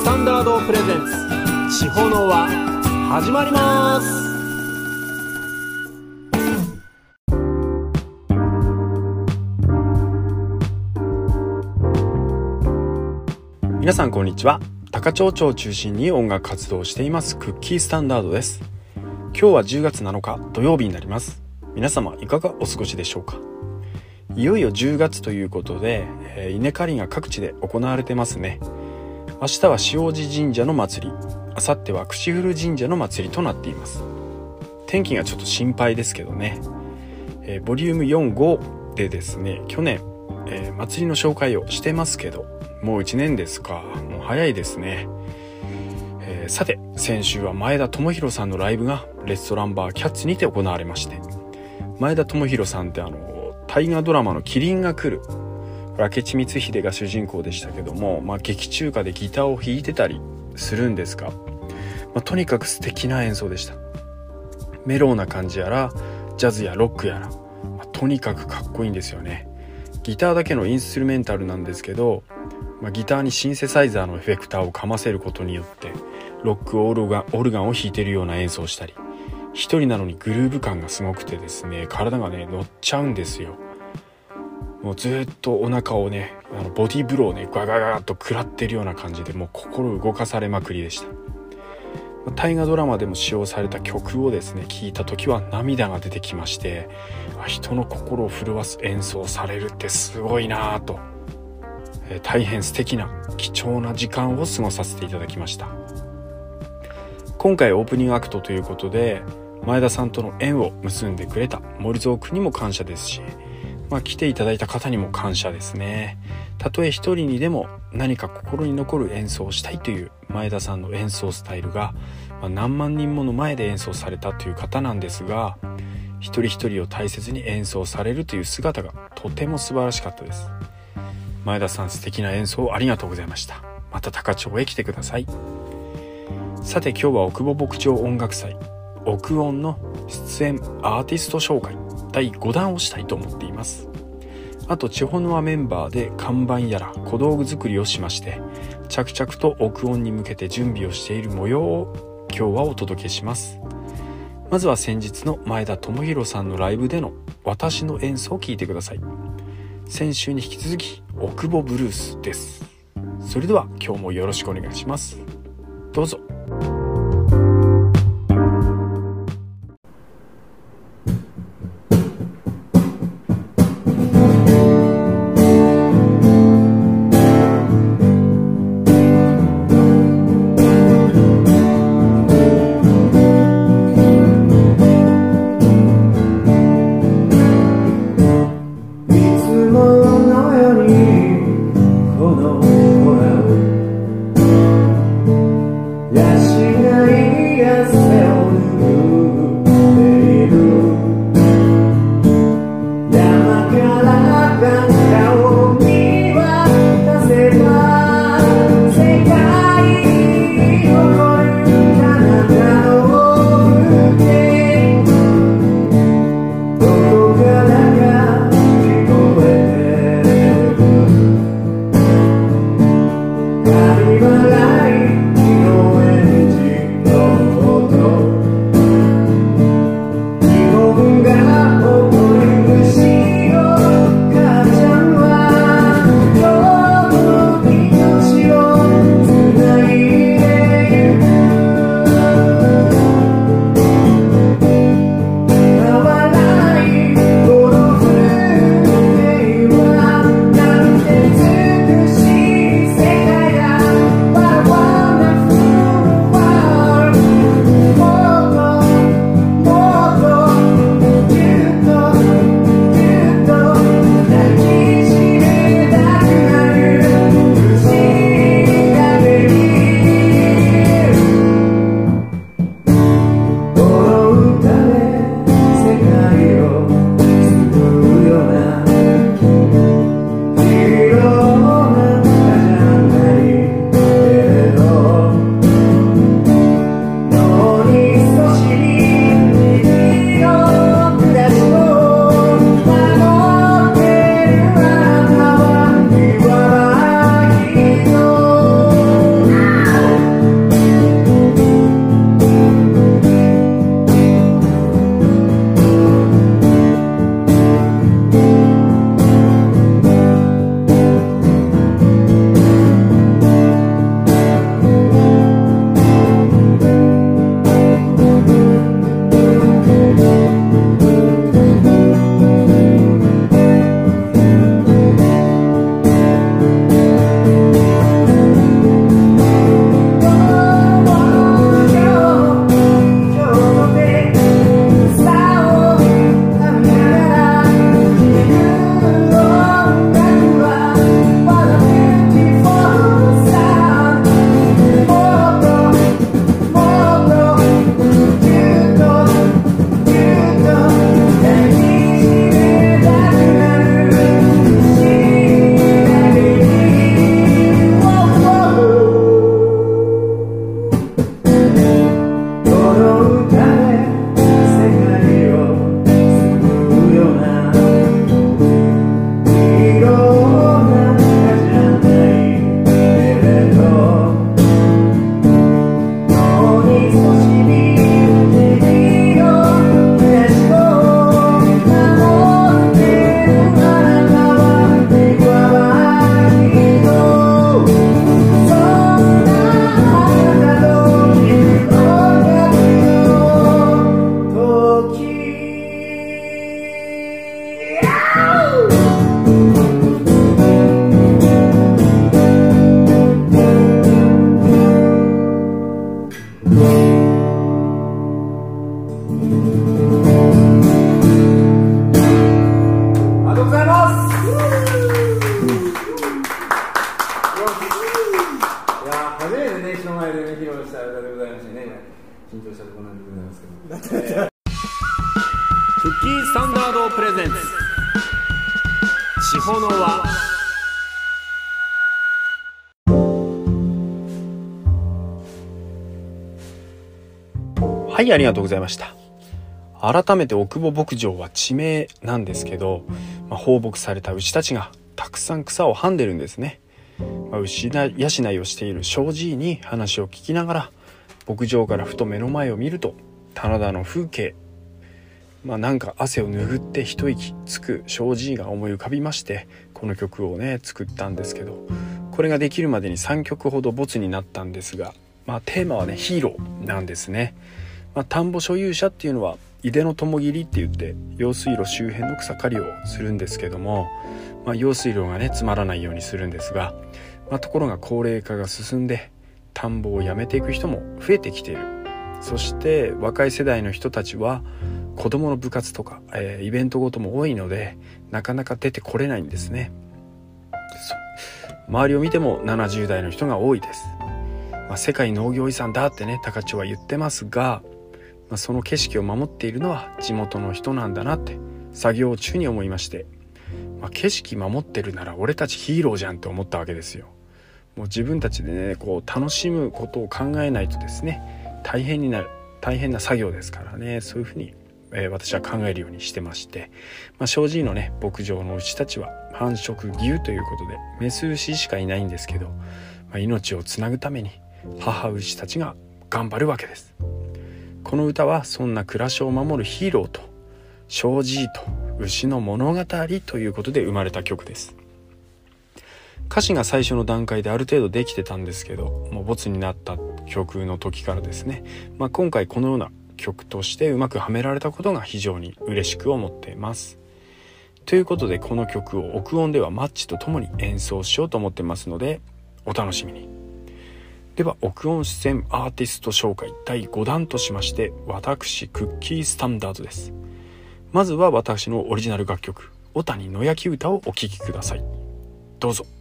タンダードプレゼンツ地方の輪始まります。皆さんこんにちは。高千穂町を中心に音楽活動をしていますクッキースタンダードです。今日は10月7日土曜日になります。皆様いかがお過ごしでしょうか。いよいよ10月ということで、稲刈りが各地で行われてますね。明日は塩地神社の祭り、明後日は串古神社の祭りとなっています。天気がちょっと心配ですけどね、ボリューム4、5でですね、去年、祭りの紹介をしてますけど、もう1年ですか。もう早いですね。さて先週は前田智弘さんのライブがレストランバーキャッツにて行われまして、前田智弘さんって大河ドラマのキリンが来る、明智光秀が主人公でしたけども、劇中歌でギターを弾いてたりするんですが、とにかく素敵な演奏でした。メローな感じやらジャズやロックやら、とにかくかっこいいんですよね。ギターだけのインストゥルメンタルなんですけど、ギターにシンセサイザーのエフェクターをかませることによってロックオルガンを弾いてるような演奏をしたり、一人なのにグルーヴ感がすごくてですね、体がね乗っちゃうんですよ。もうずっとお腹をね、ボディーブローをねガガガッと食らってるような感じで、もう心動かされまくりでした。大河ドラマでも使用された曲をですね聴いた時は涙が出てきまして、人の心を震わす演奏されるってすごいなぁと、大変素敵な貴重な時間を過ごさせていただきました。今回オープニングアクトということで、前田さんとの縁を結んでくれた森蔵くんにも感謝ですし、来ていただいた方にも感謝ですね。たとえ一人にでも何か心に残る演奏をしたいという前田さんの演奏スタイルが、何万人もの前で演奏されたという方なんですが、一人一人を大切に演奏されるという姿がとても素晴らしかったです。前田さん、素敵な演奏ありがとうございました。また高千穂へ来てください。さて今日は奥保牧場音楽祭奥音の出演アーティスト紹介第5弾をしたいと思っています。あと地方の輪メンバーで看板やら小道具作りをしまして、着々と奥音に向けて準備をしている模様を今日はお届けします。まずは先日の前田智弘さんのライブでの私の演奏を聴いてください。先週に引き続き奥保ブルースです。それでは今日もよろしくお願いします。どうぞ。 こんなに無駄なんですけど、 クッキースタンダードプレゼンツ地方の輪。はい、ありがとうございました。改めて奥保牧場は地名なんですけど、放牧された牛たちがたくさん草をはんでるんですね。牛養いをしている庄司に話を聞きながら、牧場からふと目の前を見ると棚田の風景、なんか汗を拭って一息つく庄司が思い浮かびまして、この曲をね作ったんですけど、これができるまでに3曲ほどボツになったんですが、テーマはねヒーローなんですね。田んぼ所有者っていうのは出の友切りって言って用水路周辺の草刈りをするんですけども、用水路がね詰まらないようにするんですが、ところが高齢化が進んで田んぼをやめていく人も増えてきている。そして若い世代の人たちは子供の部活とか、イベントごとも多いのでなかなか出てこれないんですね。周りを見ても70代の人が多いです。世界農業遺産だってね高千は言ってますが、その景色を守っているのは地元の人なんだなって作業中に思いまして、景色守ってるなら俺たちヒーローじゃんって思ったわけですよ。もう自分たちでね楽しむことを考えないとですね大変な作業ですからね、そういうふうに、私は考えるようにしてまして、庄司のね牧場の牛たちは繁殖牛ということでメス牛しかいないんですけど、命をつなぐために母牛たちが頑張るわけです。この歌はそんな暮らしを守るヒーローと庄司と牛の物語ということで生まれた曲です。歌詞が最初の段階である程度できてたんですけど、もうボツになった曲の時からですね、今回このような曲としてうまくはめられたことが非常に嬉しく思っています。ということでこの曲を録音ではマッチとともに演奏しようと思ってますのでお楽しみに。では録音出演アーティスト紹介第5弾としまして、私クッキースタンダードです。まずは私のオリジナル楽曲小谷野焼き歌をお聴きください。どうぞ。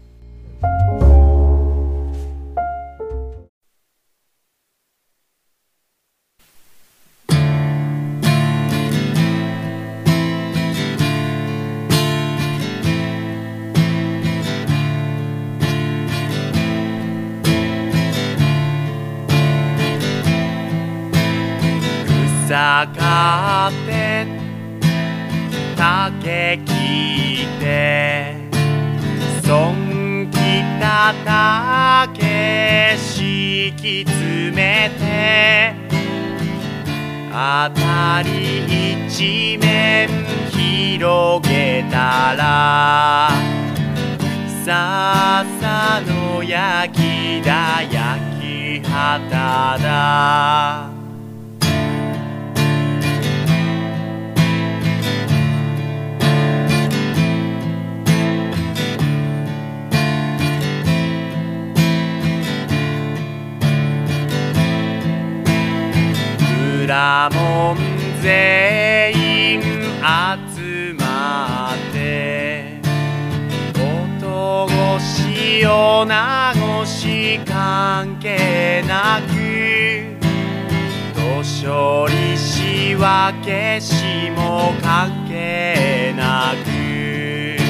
草刈って竹切って損切った竹敷き詰めてあたり一面広げたら笹の焼きだ焼き畑だ裏門全員集まって男腰女腰関係なく年寄り仕分けしも関係なく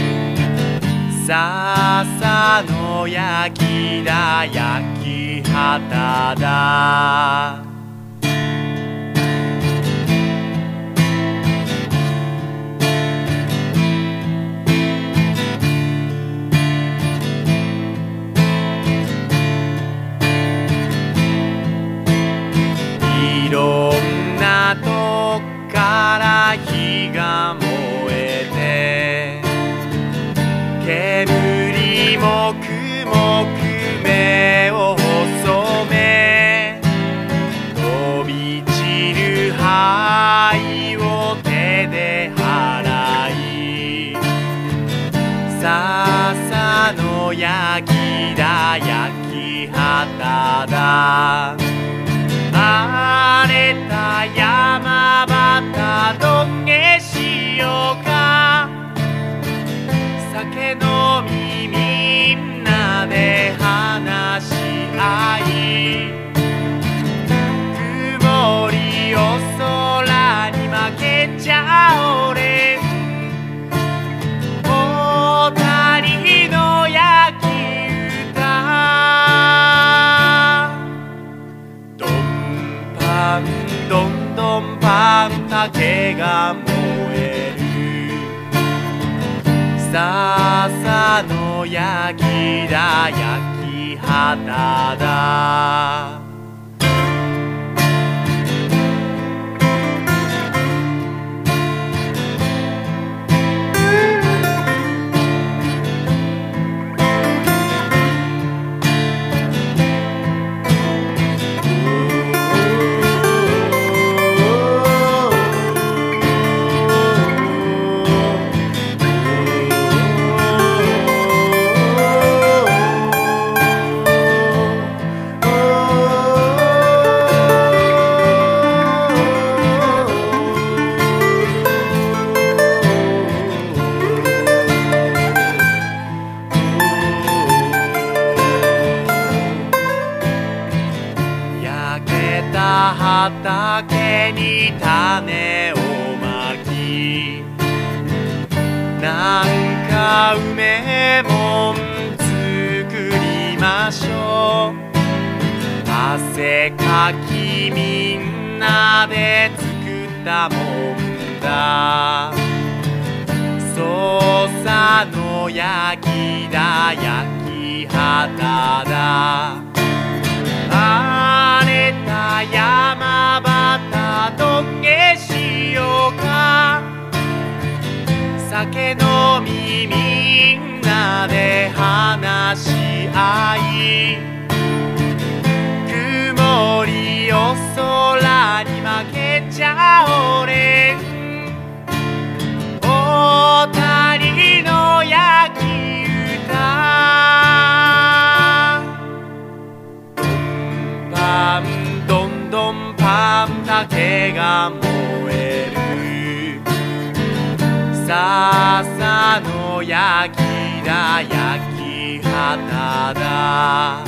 笹の焼きだ焼き畑だいろんなとこから火が燃えて煙もくもく目を細め飛び散る灰を手で払い笹の焼きだ焼き畑だ荒れた山端どんげしようか酒飲みみんなで話し合い曇り竹が燃える笹の焼きだ焼き畑だ畑に種をまきなんか梅もん作りましょう汗かきみんなで作ったもんだそうさの焼きだ焼き畑だ荒れた山端どんげしようか酒飲みみんなで話し合い曇りを空に負けちゃおれん大谷の焼き歌パンどんどんパン竹が燃える笹の焼きだ焼き畑だ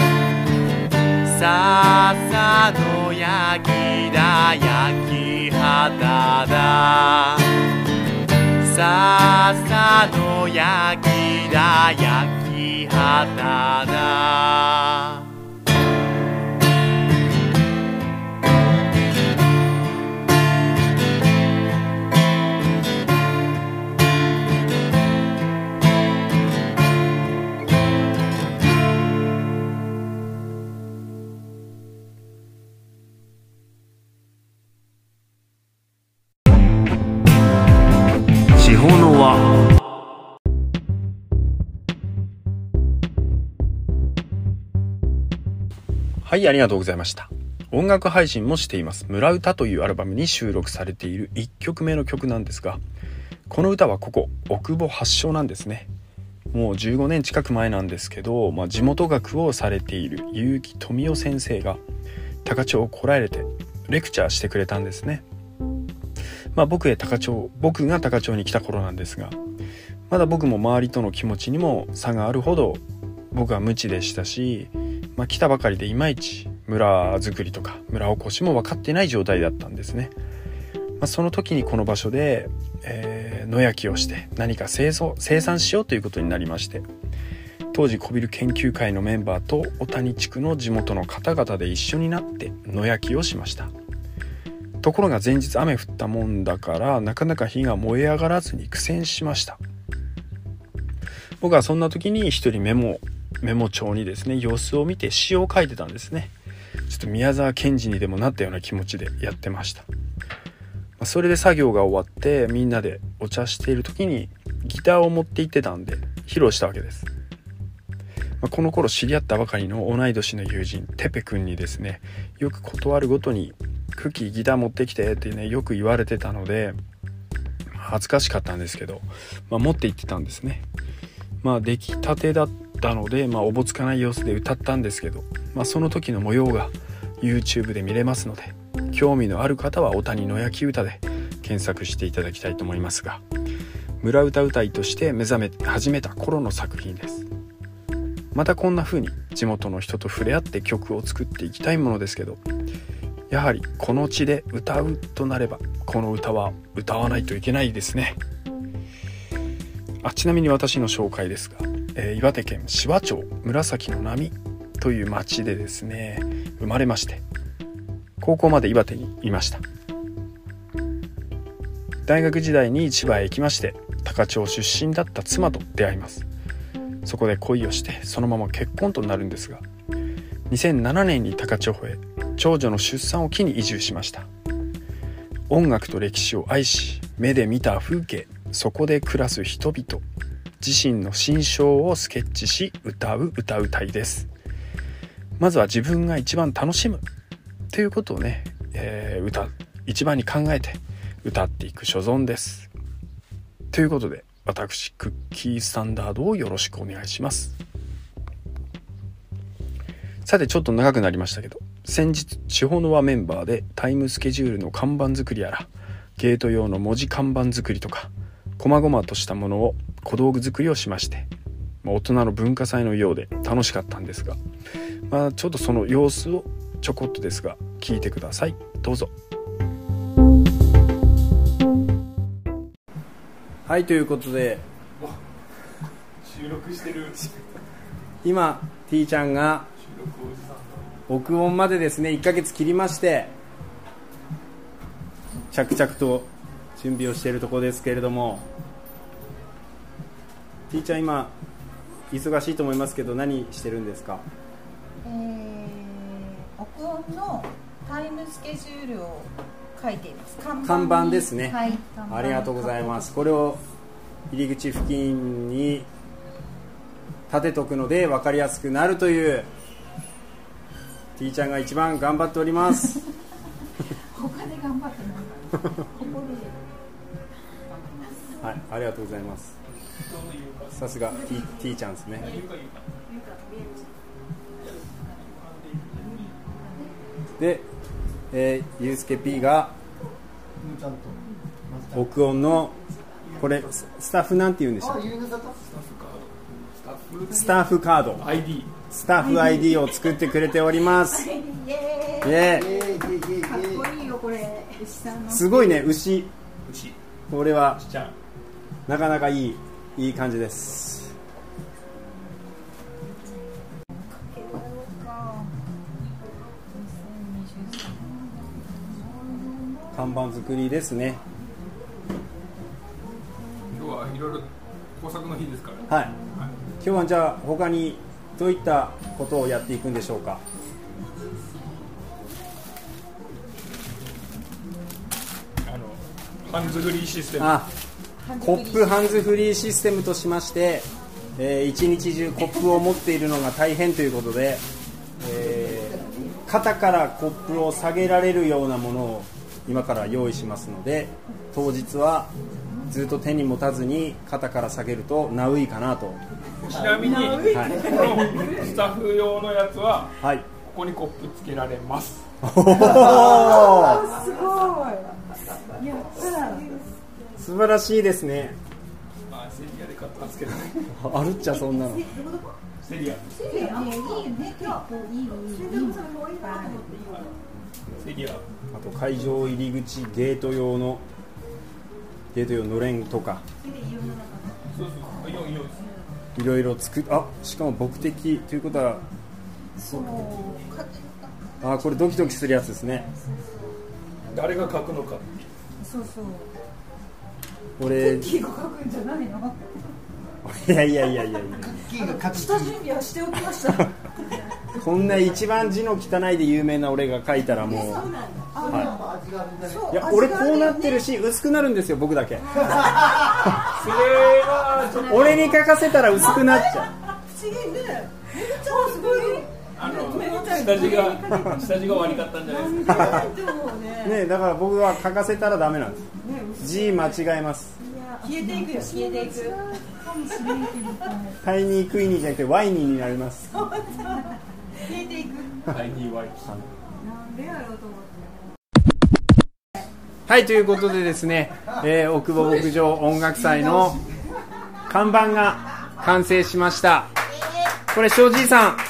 笹の焼きだ焼き畑だ笹の焼きだ焼き畑だ地方の輪はい、ありがとうございました。音楽配信もしています村歌というアルバムに収録されている1曲目の曲なんですが、この歌はここ奥保発祥なんですね。もう15年近く前なんですけど、地元学をされている結城富夫先生が高千穂を来られてレクチャーしてくれたんですね。僕が高千穂に来た頃なんですが、まだ僕も周りとの気持ちにも差があるほど僕は無知でしたし、来たばかりでいまいち村づりとか村おこしも分かってない状態だったんですね。その時にこの場所で、野焼きをして何か生産しようということになりまして、当時こびる研究会のメンバーと小谷地区の地元の方々で一緒になって野焼きをしました。ところが前日雨降ったもんだからなかなか火が燃え上がらずに苦戦しました。僕はそんな時に一人メモ帳にですね様子を見て詩を書いてたんですね。ちょっと宮沢賢治にでもなったような気持ちでやってました。それで作業が終わってみんなでお茶している時にギターを持って行ってたんで披露したわけです。この頃知り合ったばかりの同い年の友人テペ君にですね、よく断るごとにクッキーギター持ってきてってねよく言われてたので恥ずかしかったんですけど、持って行ってたんですね。出来たてだったので、おぼつかない様子で歌ったんですけど、その時の模様が YouTube で見れますので、興味のある方は小谷野焼き歌で検索していただきたいと思いますが、村歌歌いとして目覚め始めた頃の作品です。またこんな風に地元の人と触れ合って曲を作っていきたいものですけど、やはりこの地で歌うとなればこの歌は歌わないといけないですね。ちなみに私の紹介ですが、岩手県紫波町紫の波という町でですね生まれまして、高校まで岩手にいました。 大学時代に千葉へ行きまして、高千穂出身だった妻と出会います。そこで恋をしてそのまま結婚となるんですが、2007年に高千穂へ長女の出産を機に移住しました。音楽と歴史を愛し、目で見た風景、そこで暮らす人々、自身の心象をスケッチし歌う歌うたいです。まずは自分が一番楽しむということをね、一番に考えて歌っていく所存です。ということで、私クッキースタンダードをよろしくお願いします。さて、ちょっと長くなりましたけど、先日地方の輪メンバーでタイムスケジュールの看板作りやら、ゲート用の文字看板作りとか、細々としたものを小道具作りをしまして、大人の文化祭のようで楽しかったんですが、ちょっとその様子をちょこっとですが聞いてください。どうぞ。はい、ということで収録してる。 今 T ちゃんが録音までですね1ヶ月切りまして、着々と準備をしているところですけれども、 T ちゃん今忙しいと思いますけど何してるんですか？ 録音のタイムスケジュールを書いています。 看板ですね、 はい、 ありがとうございます。これを入り口付近に立てとくので分かりやすくなるという T ちゃんが一番頑張っております他で頑張ってないここではい、ありがとうございます。さすが T ちゃんですね。で、ゆうすけ P が録音のこれスタッフなんて言うんでしょう。スタッフカード ID、 スタッフ ID を作ってくれております。イエーイ。 かっこいいよこれ。 すごいね、牛。これはちゃんなかなかいい感じです。看板作りですね。 今日はいろいろ工作の日ですから、 はい、今日はじゃあ他にどういったことをやっていくんでしょうか？ ハンズフリーシステム、 コップハンズフリーシステムとしまして、一日中コップを持っているのが大変ということで、肩からコップを下げられるようなものを今から用意しますので、当日はずっと手に持たずに肩から下げるとナウイかなと。 ちなみに、このスタッフ用のやつは、 はい、 ここにコップつけられます。 おー、 すごい。やったら素晴らしいですね。 セリアで買ったんですけどね。 あるっちゃそんなの。 セリア、 いいよね、結構いい。 セリア、 あと会場入り口ゲート用ののれんとか、 そうそう、4です。 いろいろ作っ、しかも僕的ということは、これドキドキするやつですね。 誰が書くのか。 そうそう。 これキーが書くんじゃないの？ いや下準備はしておきました。 こんな一番字の汚いで有名な俺が書いたらもう、いや俺こうなってるし薄くなるんですよ、僕だけ。 それは俺に書かせたら薄くなっちゃう。 不思議ね。すごい。 下地が悪かったんじゃないですか。 ね、だから僕は書かせたらダメなんです。字間違えます。 消えていくよ、消えていく。 タイニークイニーじゃなくてワイニーになります。 消えていく。 第2話。 なんでやろうと思って。 はい、ということでですね、奥保牧場音楽祭の看板が完成しました。これ庄司さん、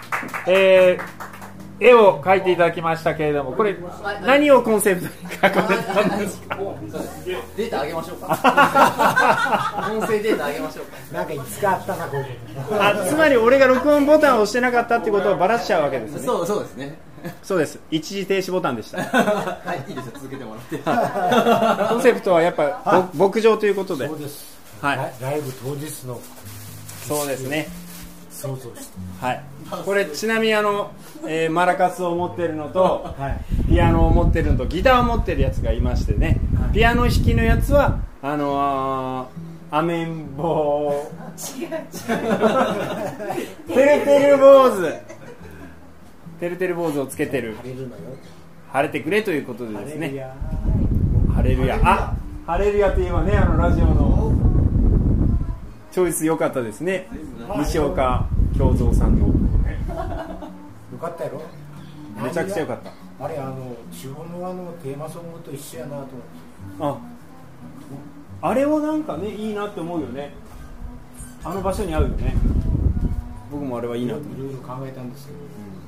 絵を描いていただきましたけれども、これ何をコンセプトに描かれたんですか？ データ上げましょうか。音声データ上げましょうか。 なんかいつかあったなこれ。 つまり俺が録音ボタンを押してなかったってことをバラしちゃうわけですね。 そうですね。 そうです。一時停止ボタンでした。 はい、いいですよ、続けてもらって。 コンセプトはやっぱ牧場ということで。 そうです。 はい。 ライブ当日の。 そうですね。 想像して。 はい。これちなみにマラカスを持ってるのと、 はい、 ピアノを持ってるのとギターを持ってるやつがいましてね。はい、ピアノ弾きのやつはアメンボー。違う。てるてる坊主。てるてる坊主をつけてる。晴れてくれということでですね。ハレルヤ。あ、ハレルヤといえばね、ラジオのチョイス良かったですね。西岡京三さんの。 よかったやろ。 めちゃくちゃ良かった。 あれ地方のテーマソングと一緒やなと思って。 あれはなんかねいいなって思うよね。あの場所に合うよね。僕もあれはいいなと思う。 いろいろ考えたんですけど。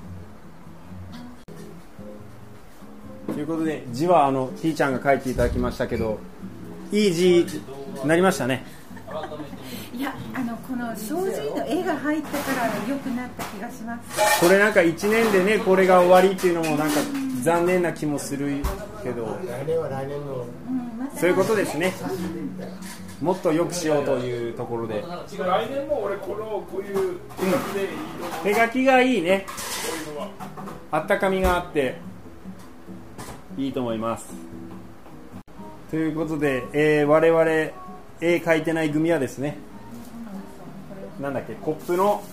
ということで字はT ちゃんが書いていただきましたけど、いい字になりましたね。 いや、この障子の絵が入ってから良くなった気がします。 これなんか1年でねこれが終わりっていうのもなんか残念な気もするけど、 来年は来年の、 そういうことですね。もっと良くしようというところで。 来年も俺こういう手書きでいいよ。 手書きがいいね。 こういうのはあったかみがあっていいと思います。ということで、我々絵描いてない組はですね、なんだっけ、コップの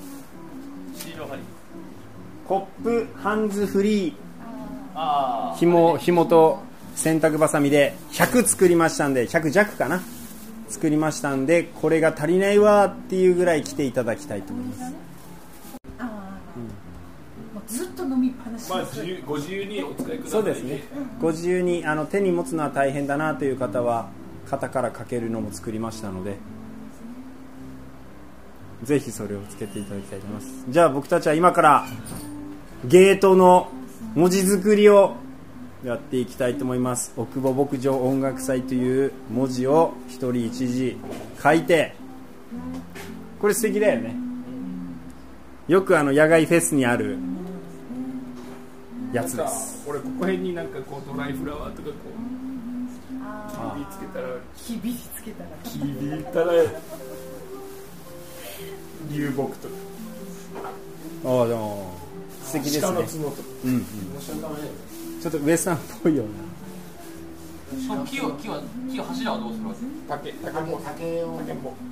コップハンズフリー紐と洗濯バサミで100作りましたんで、100弱かな作りましたんで、これが足りないわっていうぐらい来ていただきたいと思います。 ずっと飲みっぱなし。 ご自由にお使いください。 そうですね。ご自由に手に持つのは大変だなという方は肩からかけるのも作りましたので、ぜひそれをつけていただきたいと思います。じゃあ僕たちは今からゲートの文字作りをやっていきたいと思います。奥保牧場音楽祭という文字を一人一字書いて、これ素敵だよね。よく野外フェスにあるやつです。 俺ここ辺になんかこうドライフラワーとかこうひびりつけたら流木とか。 ああ、でも素敵ですね。 鹿の角とか。 ちょっとウエスタンっぽいような。 木は柱はどうするわけ？ 竹を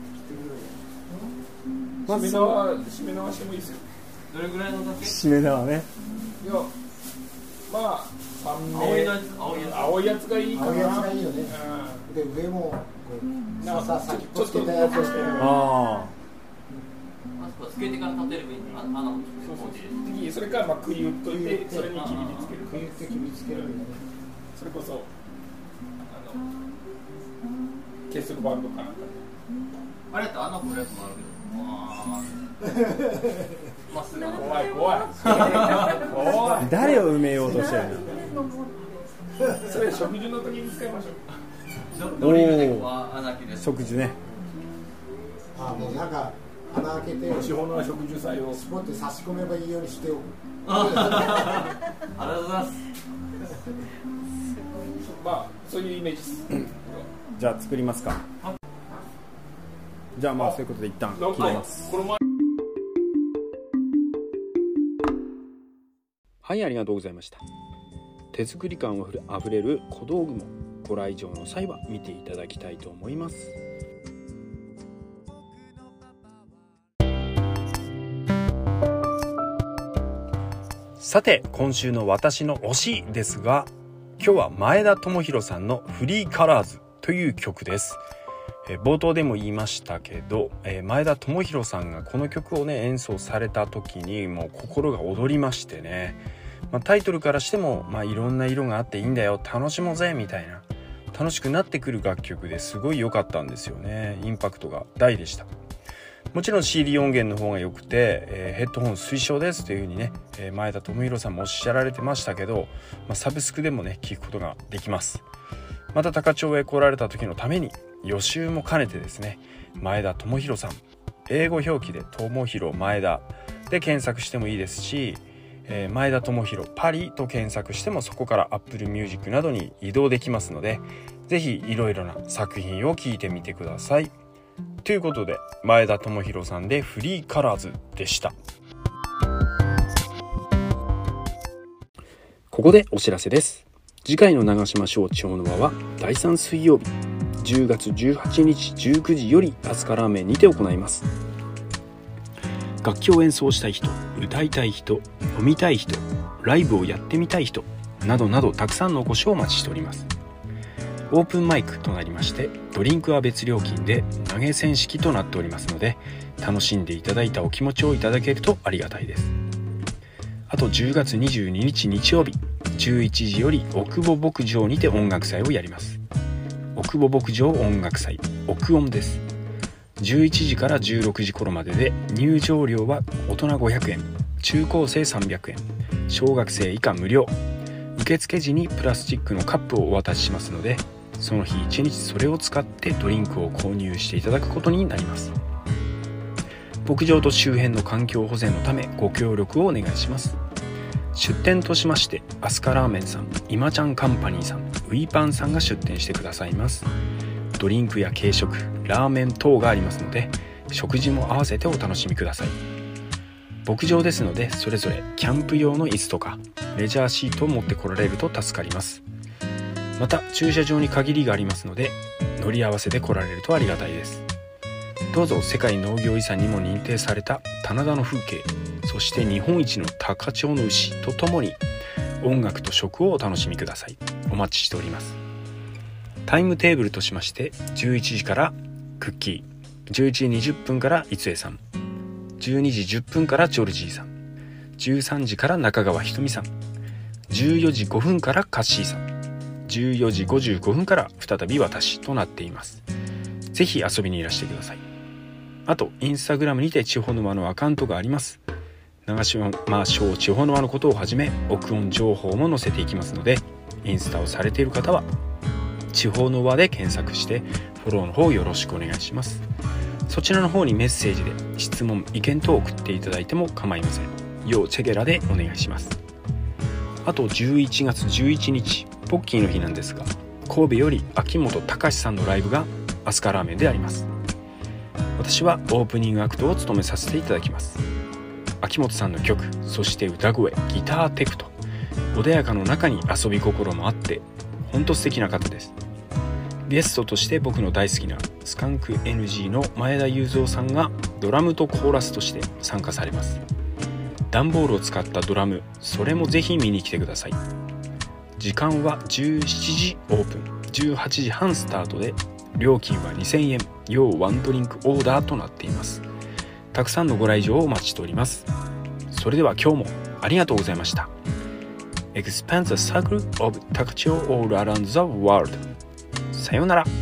まず締め縄してもいいですよ。 どれぐらいの竹？ 締め縄ね。 いや、まあ青いやつがいいかな。 青いやつがいいよね。で上も先っぽつけたやつをしてる。 つけてから立てればいいんだ。穴をそれから杭打っといて、それに切りつける。 杭打って切りつける。 それこそ結束バンドかなんか。 あれやったら穴掘るやつもあるけど。 怖い。 誰を埋めようとしてるの？それ食事の時に使いましょう。 ドリルで穴開けて。 食事ね。 もうなんか穴開けて地方の植樹祭をスポッて差し込めばいいようにしておく。 ありがとうございます。 まあそういうイメージです。 じゃあ作りますか。じゃあそういうことで一旦切れます。はい、ありがとうございました。手作り感あふれる小道具もご来場の際は見ていただきたいと思います。さて今週の私の推しですが、今日は前田智弘さんのフリーカラーズという曲です。冒頭でも言いましたけど、前田智弘さんがこの曲をね演奏された時にもう心が躍りましてね、タイトルからしても、いろんな色があっていいんだよ、楽しもうぜみたいな、楽しくなってくる楽曲ですごい良かったんですよね。インパクトが大でした。もちろん CD 音源の方が良くて、ヘッドホン推奨ですというふうにね、前田智弘さんもおっしゃられてましたけど、サブスクでもね聴くことができます。また高千穂へ来られた時のために予習も兼ねてですね、前田智弘さん、英語表記で智弘前田で検索してもいいですし、 前田智弘パリと検索してもそこから Apple Music などに移動できますので、ぜひいろいろな作品を聴いてみてください。ということで、前田智弘さんでフリーカラーズでした。ここでお知らせです。次回の長島小地方の輪は第3水曜日10月18日19時よりアスカラーメンにて行います。楽器を演奏したい人、歌いたい人、飲みたい人、ライブをやってみたい人などなど、たくさんのお越しをお待ちしております。オープンマイクとなりまして、ドリンクは別料金で投げ銭式となっておりますので、楽しんでいただいたお気持ちをいただけるとありがたいです。あと10月22日日曜日11時より奥保牧場にて音楽祭をやります。奥保牧場音楽祭、奥音です。11時から16時頃までで、入場料は大人500円、中高生300円、小学生以下無料。受付時にプラスチックのカップをお渡ししますので、その日1日それを使ってドリンクを購入していただくことになります。牧場と周辺の環境保全のためご協力をお願いします。出店としまして、アスカラーメンさん、今ちゃんカンパニーさん、ウィーパンさんが出店してくださいます。ドリンクや軽食、ラーメン等がありますので、食事も合わせてお楽しみください。牧場ですので、それぞれキャンプ用の椅子とかレジャーシートを持ってこられると助かります。また駐車場に限りがありますので、乗り合わせで来られるとありがたいです。どうぞ世界農業遺産にも認定された棚田の風景、そして日本一の高千穂の牛とともに音楽と食をお楽しみください。お待ちしております。タイムテーブルとしまして、11時からクッキー、11時20分からいつえさん、12時10分からジョルジーさん、13時から中川ひとみさん、14時5分からカッシーさん、14時55分から再び私となっています。ぜひ遊びにいらしてください。あとインスタグラムにて地方の輪のアカウントがあります。長島小地方の輪のことをはじめ、録音情報も載せていきますので、インスタをされている方は地方の輪で検索してフォローの方よろしくお願いします。そちらの方にメッセージで質問、意見等を送っていただいても構いません。要チェゲラでお願いします。あと11月11日ポッキーの日なんですが、神戸より秋元隆さんのライブがアスカラーメンであります。私はオープニングアクトを務めさせていただきます。秋元さんの曲、そして歌声、ギターテクと穏やかの中に遊び心もあって、ほんと素敵な方です。ゲストとして僕の大好きなスカンク NG の前田裕三さんがドラムとコーラスとして参加されます。段ボールを使ったドラム、それもぜひ見に来てください。時間は17時オープン、18時半スタートで、料金は2000円、要ワンドリンクオーダーとなっています。たくさんのご来場をお待ちしております。それでは今日もありがとうございました。 Expand the circle of Takachio all around the world。 さようなら。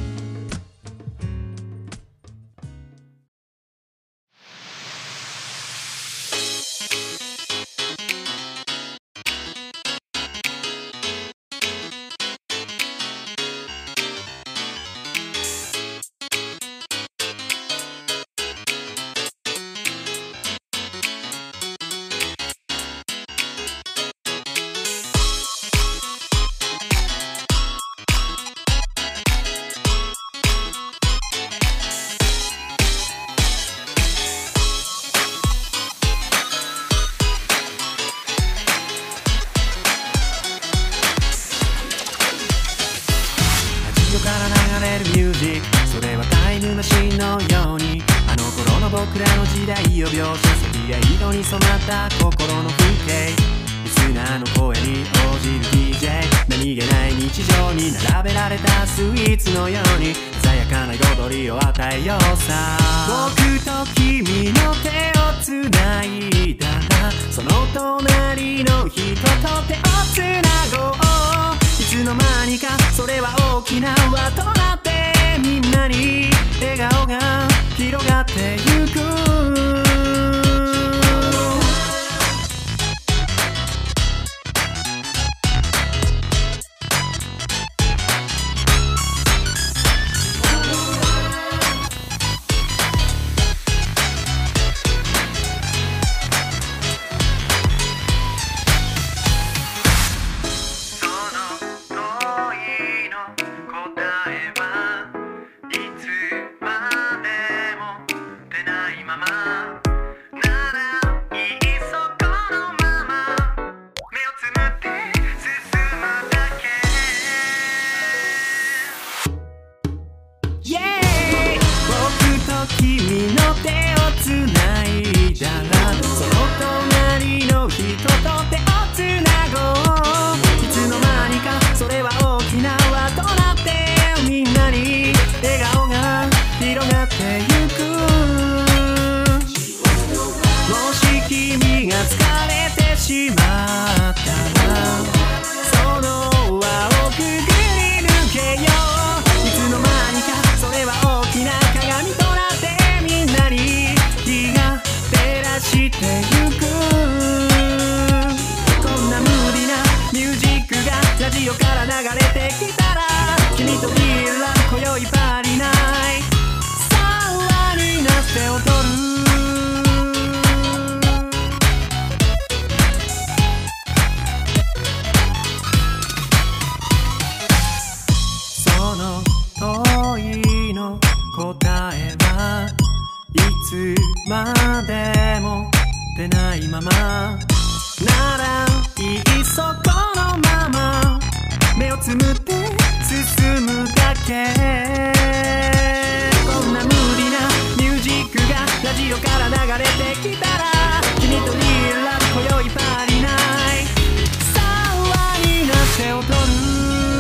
それはタイムマシンのように、あの頃の僕らの時代を描写、赤や色に染まった心の風景、リスナーの声に応じる DJ、 何気ない日常に並べられたスイーツのように鮮やかな彩りを与えようさ。僕と君の手をつないだら、その隣の人と手をつなごう。いつの間にかそれは大きな輪となって、みんなに笑顔が広がってゆく。 しまったらその輪をくぐり抜けよう。いつの間にかそれは大きな鏡となってみんなに日が照らしてゆく。こんな無理なミュージックがラジオから流れてきたら君といるら今宵パリナイトさらになって踊る。その問いの答えはいつまでも出ないままならいいそこのまま目をつむって進むだけ。こんな無理なミュージックがラジオから流れてきたら君とリーラブ今宵パリナイトさらになって踊る。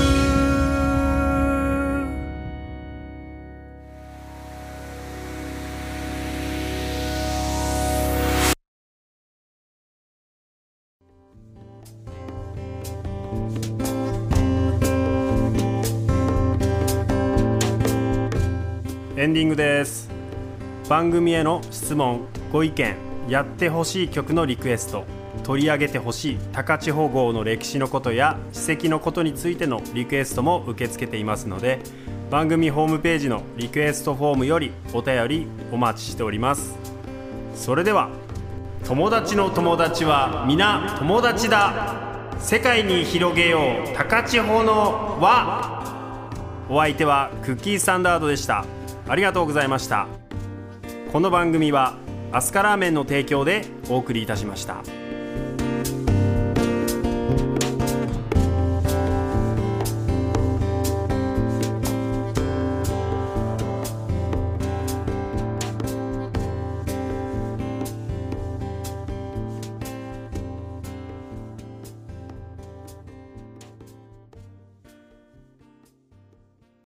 エンディングです。番組への質問ご意見やってほしい曲のリクエスト取り上げてほしい高千穂号の歴史のことや史跡のことについてのリクエストも受け付けていますので番組ホームページのリクエストフォームよりお便りお待ちしております。それでは友達の友達は皆友達だ世界に広げよう高千穂の輪。お相手はクッキースタンダードでした。ありがとうございました。この番組はアスカラーメンの提供でお送りいたしました。